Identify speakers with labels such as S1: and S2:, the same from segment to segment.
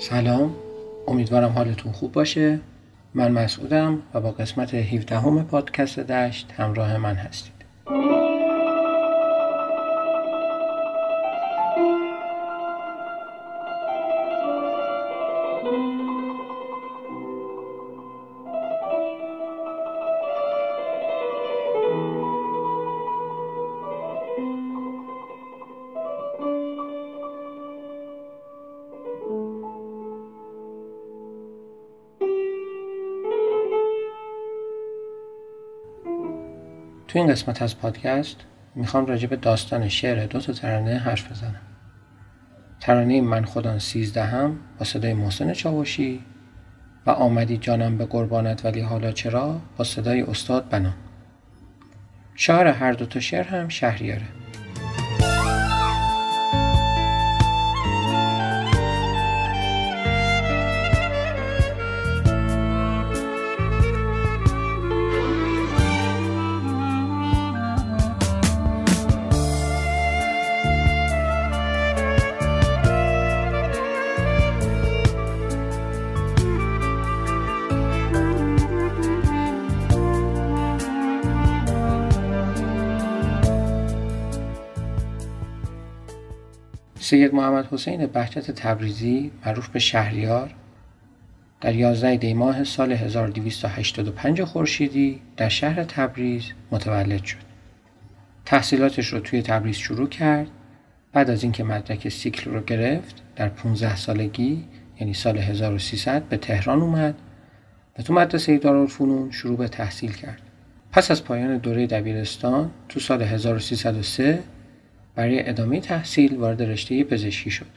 S1: سلام، امیدوارم حالتون خوب باشه. من مسعودم و با قسمت 17 پادکست دشت همراه من هستید. تو این قسمت از پادکست میخوام راجع به داستان شعر 2 ترانه حرف بزنم. ترانه من خودم 13 با صدای محسن چاوشی و آمدی جانم به قربانت ولی حالا چرا با صدای استاد بنا. شاعر هر 2 شعر هم شهریاره. سید محمد حسین بهجت تبریزی معروف به شهریار در 11 دی ماه سال 1285 خورشیدی در شهر تبریز متولد شد. تحصیلاتش رو توی تبریز شروع کرد. بعد از اینکه مدرک سیکل رو گرفت در 15 سالگی یعنی سال 1300 به تهران اومد و تو مدرسه دارالفنون شروع به تحصیل کرد. پس از پایان دوره دبیرستان تو سال 1303 برای ادامه تحصیل وارد رشته پزشکی شد.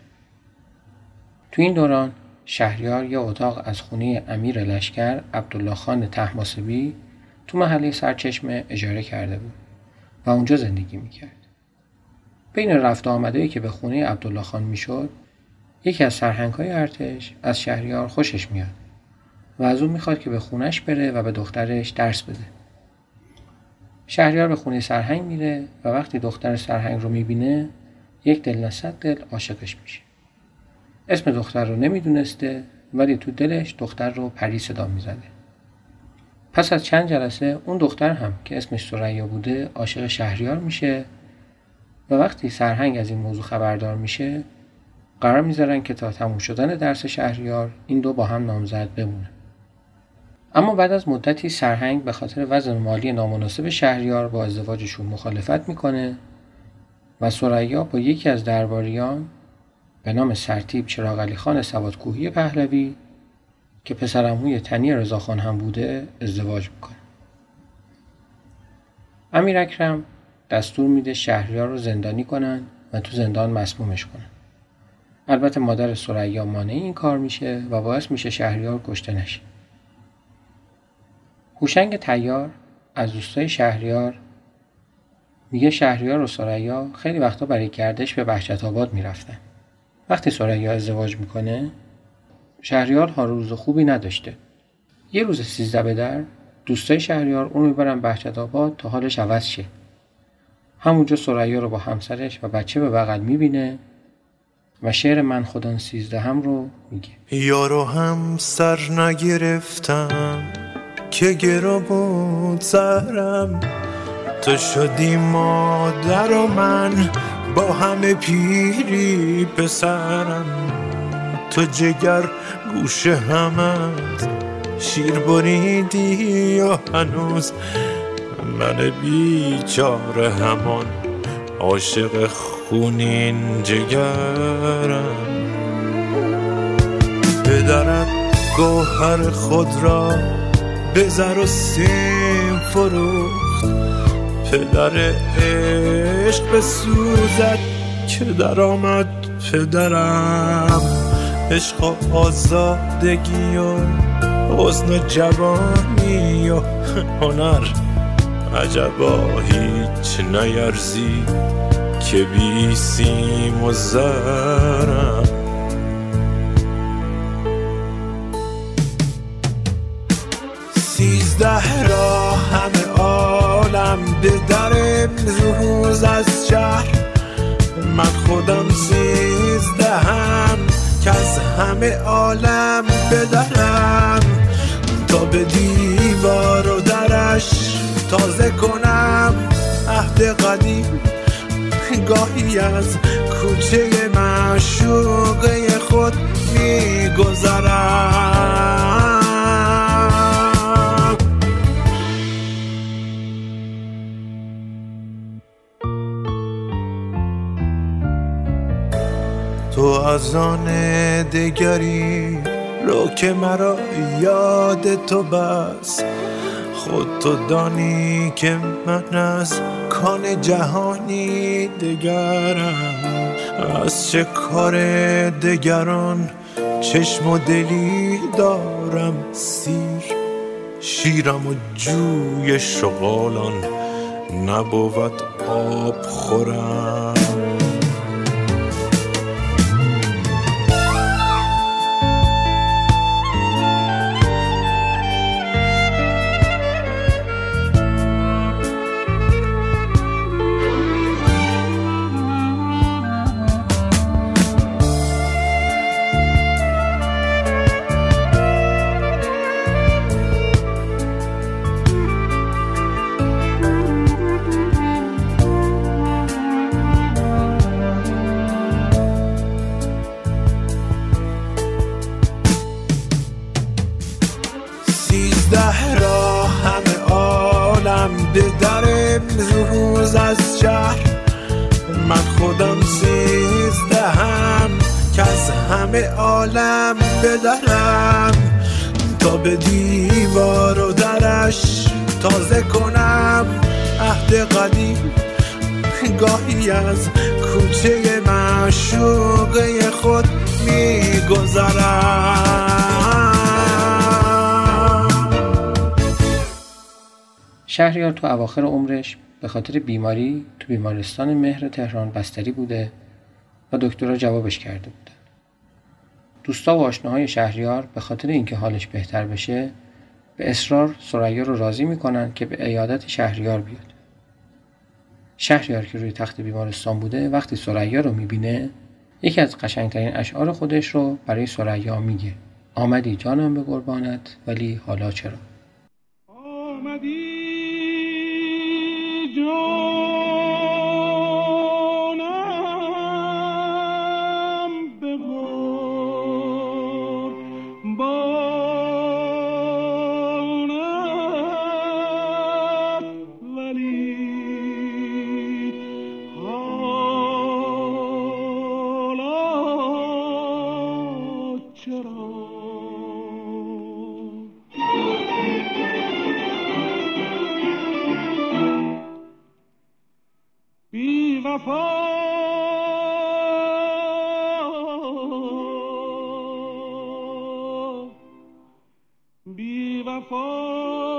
S1: تو این دوران شهریار یه اتاق از خونه امیر لشکر عبدالله خان طهماسبی تو محله سرچشمه اجاره کرده بود و اونجا زندگی میکرد. بین رفت و آمدایی که به خونه عبدالله خان میشد، یکی از سرهنگ‌های ارتش از شهریار خوشش میاد و از اون میخواد که به خونش بره و به دخترش درس بده. شهریار به خونه سرهنگ میره و وقتی دختر سرهنگ رو میبینه یک دل نه صد دل عاشقش میشه. اسم دختر رو نمیدونسته ولی تو دلش دختر رو پری صدا میزده. پس از چند جلسه اون دختر هم که اسمش ثریا بوده عاشق شهریار میشه و وقتی سرهنگ از این موضوع خبردار میشه قرار میذارن که تا تموم شدن درس شهریار این دو با هم نامزد بمونه. اما بعد از مدتی سرهنگ به خاطر وضع مالی نامناسب شهریار با ازدواجشون مخالفت میکنه و ثریا با یکی از درباریان به نام سرتیپ چراغعلی خان سوادکوهی پهلوی که پسرعموی تنی رضاخان هم بوده ازدواج میکنه. امیر اکرم دستور میده شهریار رو زندانی کنن و تو زندان مسمومش کنن. البته مادر ثریا مانع این کار میشه و باعث میشه شهریار کشته نشه. هوشنگ طیار از دوستای شهریار میگه شهریار و ثریا خیلی وقتا برای گردش به بهجت‌آباد میرفتن. وقتی ثریا ازدواج میکنه شهریار حال روز خوبی نداشته. یه روز 13 به در دوستای شهریار اون میبرن بهجت‌آباد تا حالش عوض شه. همونجا ثریا رو با همسرش و بچه به بغل میبینه و شعر من خودم 13 رو میگه.
S2: یارو هم سر نگرفتم که گرا بود سرم، تو شدی مادر و من با همه پیری پسرم، تو جگر گوش همت شیر بریدی و هنوز من بیچاره همان عاشق خونین جگرم. پدرت گوهر خود را به زر و سیم فروخت، پدر عشق به سوزت که در آمد پدرم، عشق و آزادگی و حسن و جوانی و هنر عجبا هیچ نیرزی که بی سیم و زرم. 13 را همه عالم به در امروز از شهر، من خودم 13 که از همه عالم بدرم تا به دیوار و درش تازه کنم عهد قدیم. گاهی از کوچه معشوقه خود میگذرم. تو از آن دگری رو که مرا یاد تو بس، خود تو دانی که من از کان جهانی دگرم. از چه کار دگران چشم و دلی دارم سیر، شیرم و جوی شغالان نبود آب خورم. 13 را همه عالم به در امروز از شهر، من خودم 13ام که از همه عالم بدرم تا به دیوار و درش تازه کنم عهد قدیم. گاهی از کوچه معشوقه خود میگذرم.
S1: شهریار تو اواخر عمرش به خاطر بیماری تو بیمارستان مهر تهران بستری بوده و دکترها جوابش کرده بودن. دوستا و آشناهای شهریار به خاطر اینکه حالش بهتر بشه به اصرار ثریا رو راضی میکنن که به عیادت شهریار بیاد. شهریار که روی تخت بیمارستان بوده وقتی ثریا رو میبینه یکی از قشنگترین اشعار خودش رو برای ثریا میگه: آمدی جانم به قربانت ولی حالا چرا؟
S3: آمدی جانم به قربانت ولی حالا چرا؟ بی وفا بی وفا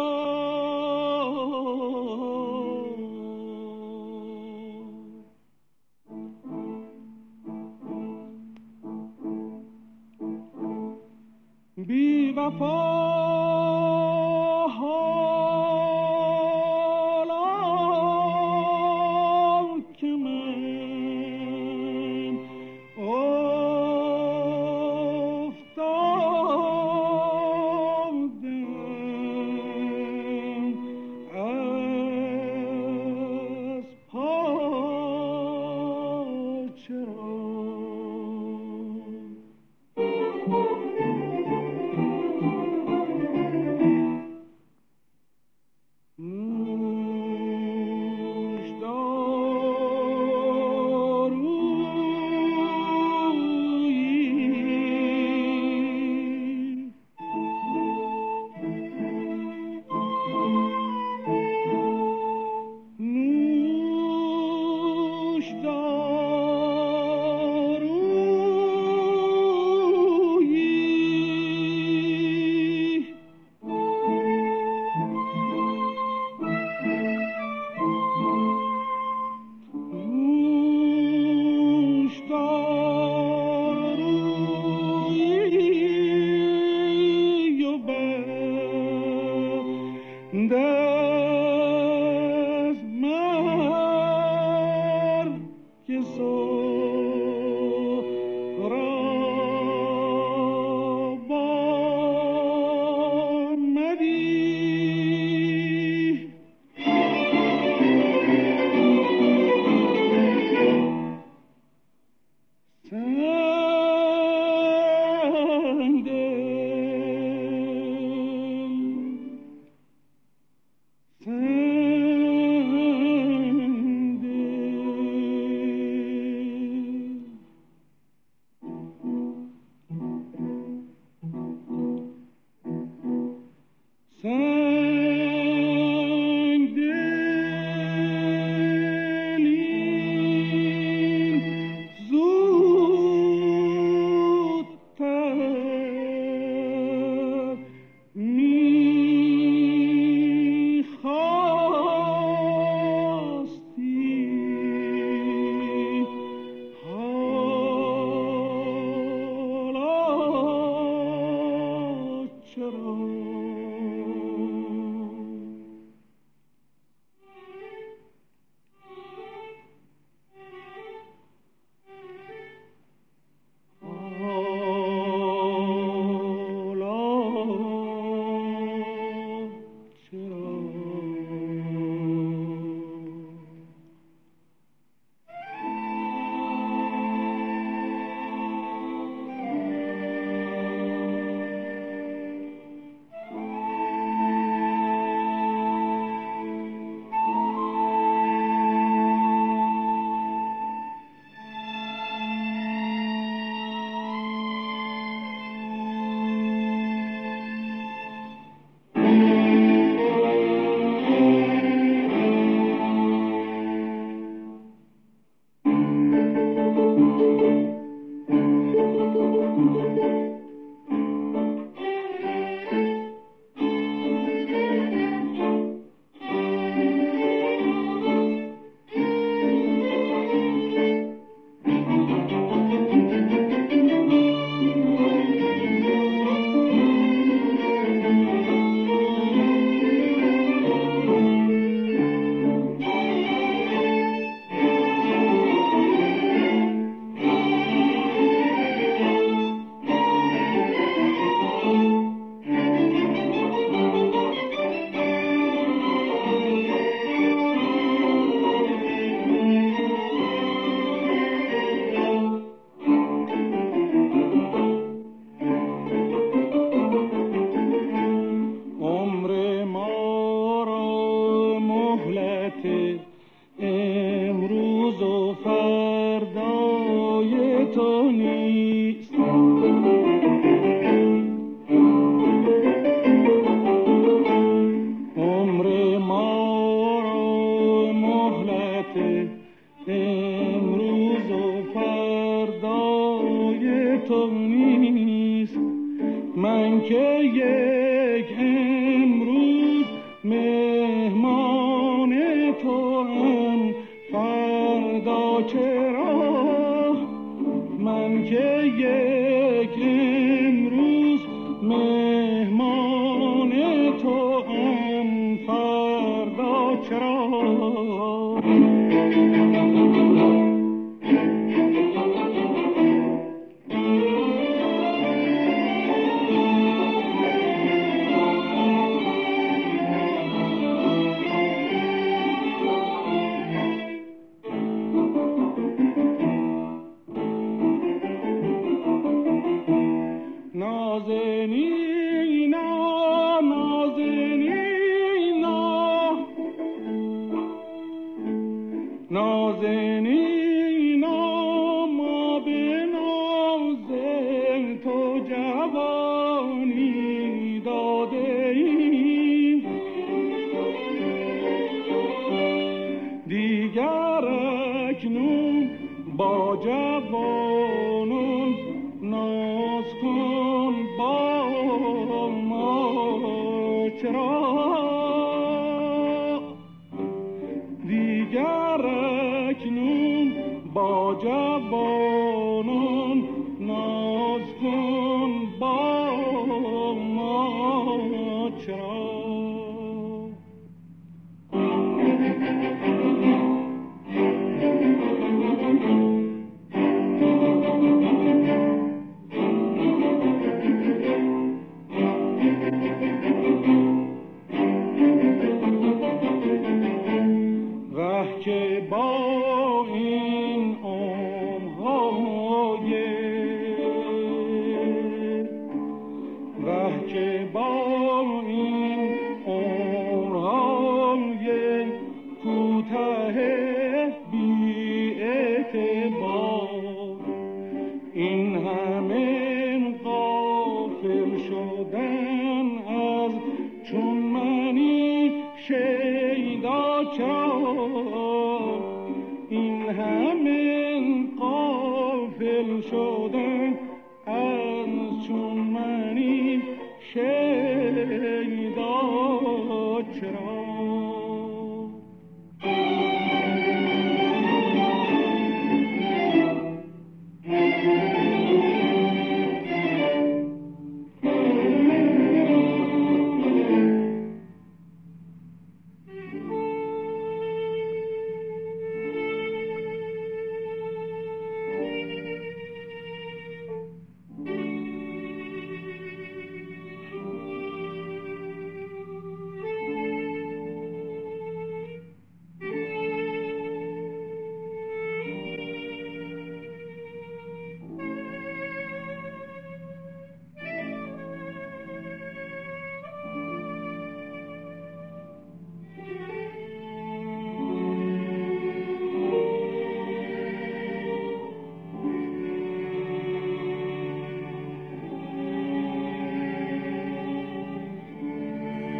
S3: بی وفا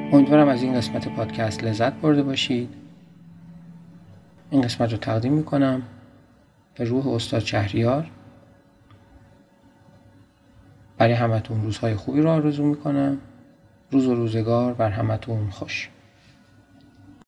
S1: امیدوارم از این قسمت پادکست لذت برده باشید. این قسمت رو تقدیم میکنم به روح استاد شهریار. برای همتون روزهای خوبی رو آرزو میکنم. روز و روزگار بر همتون خوش.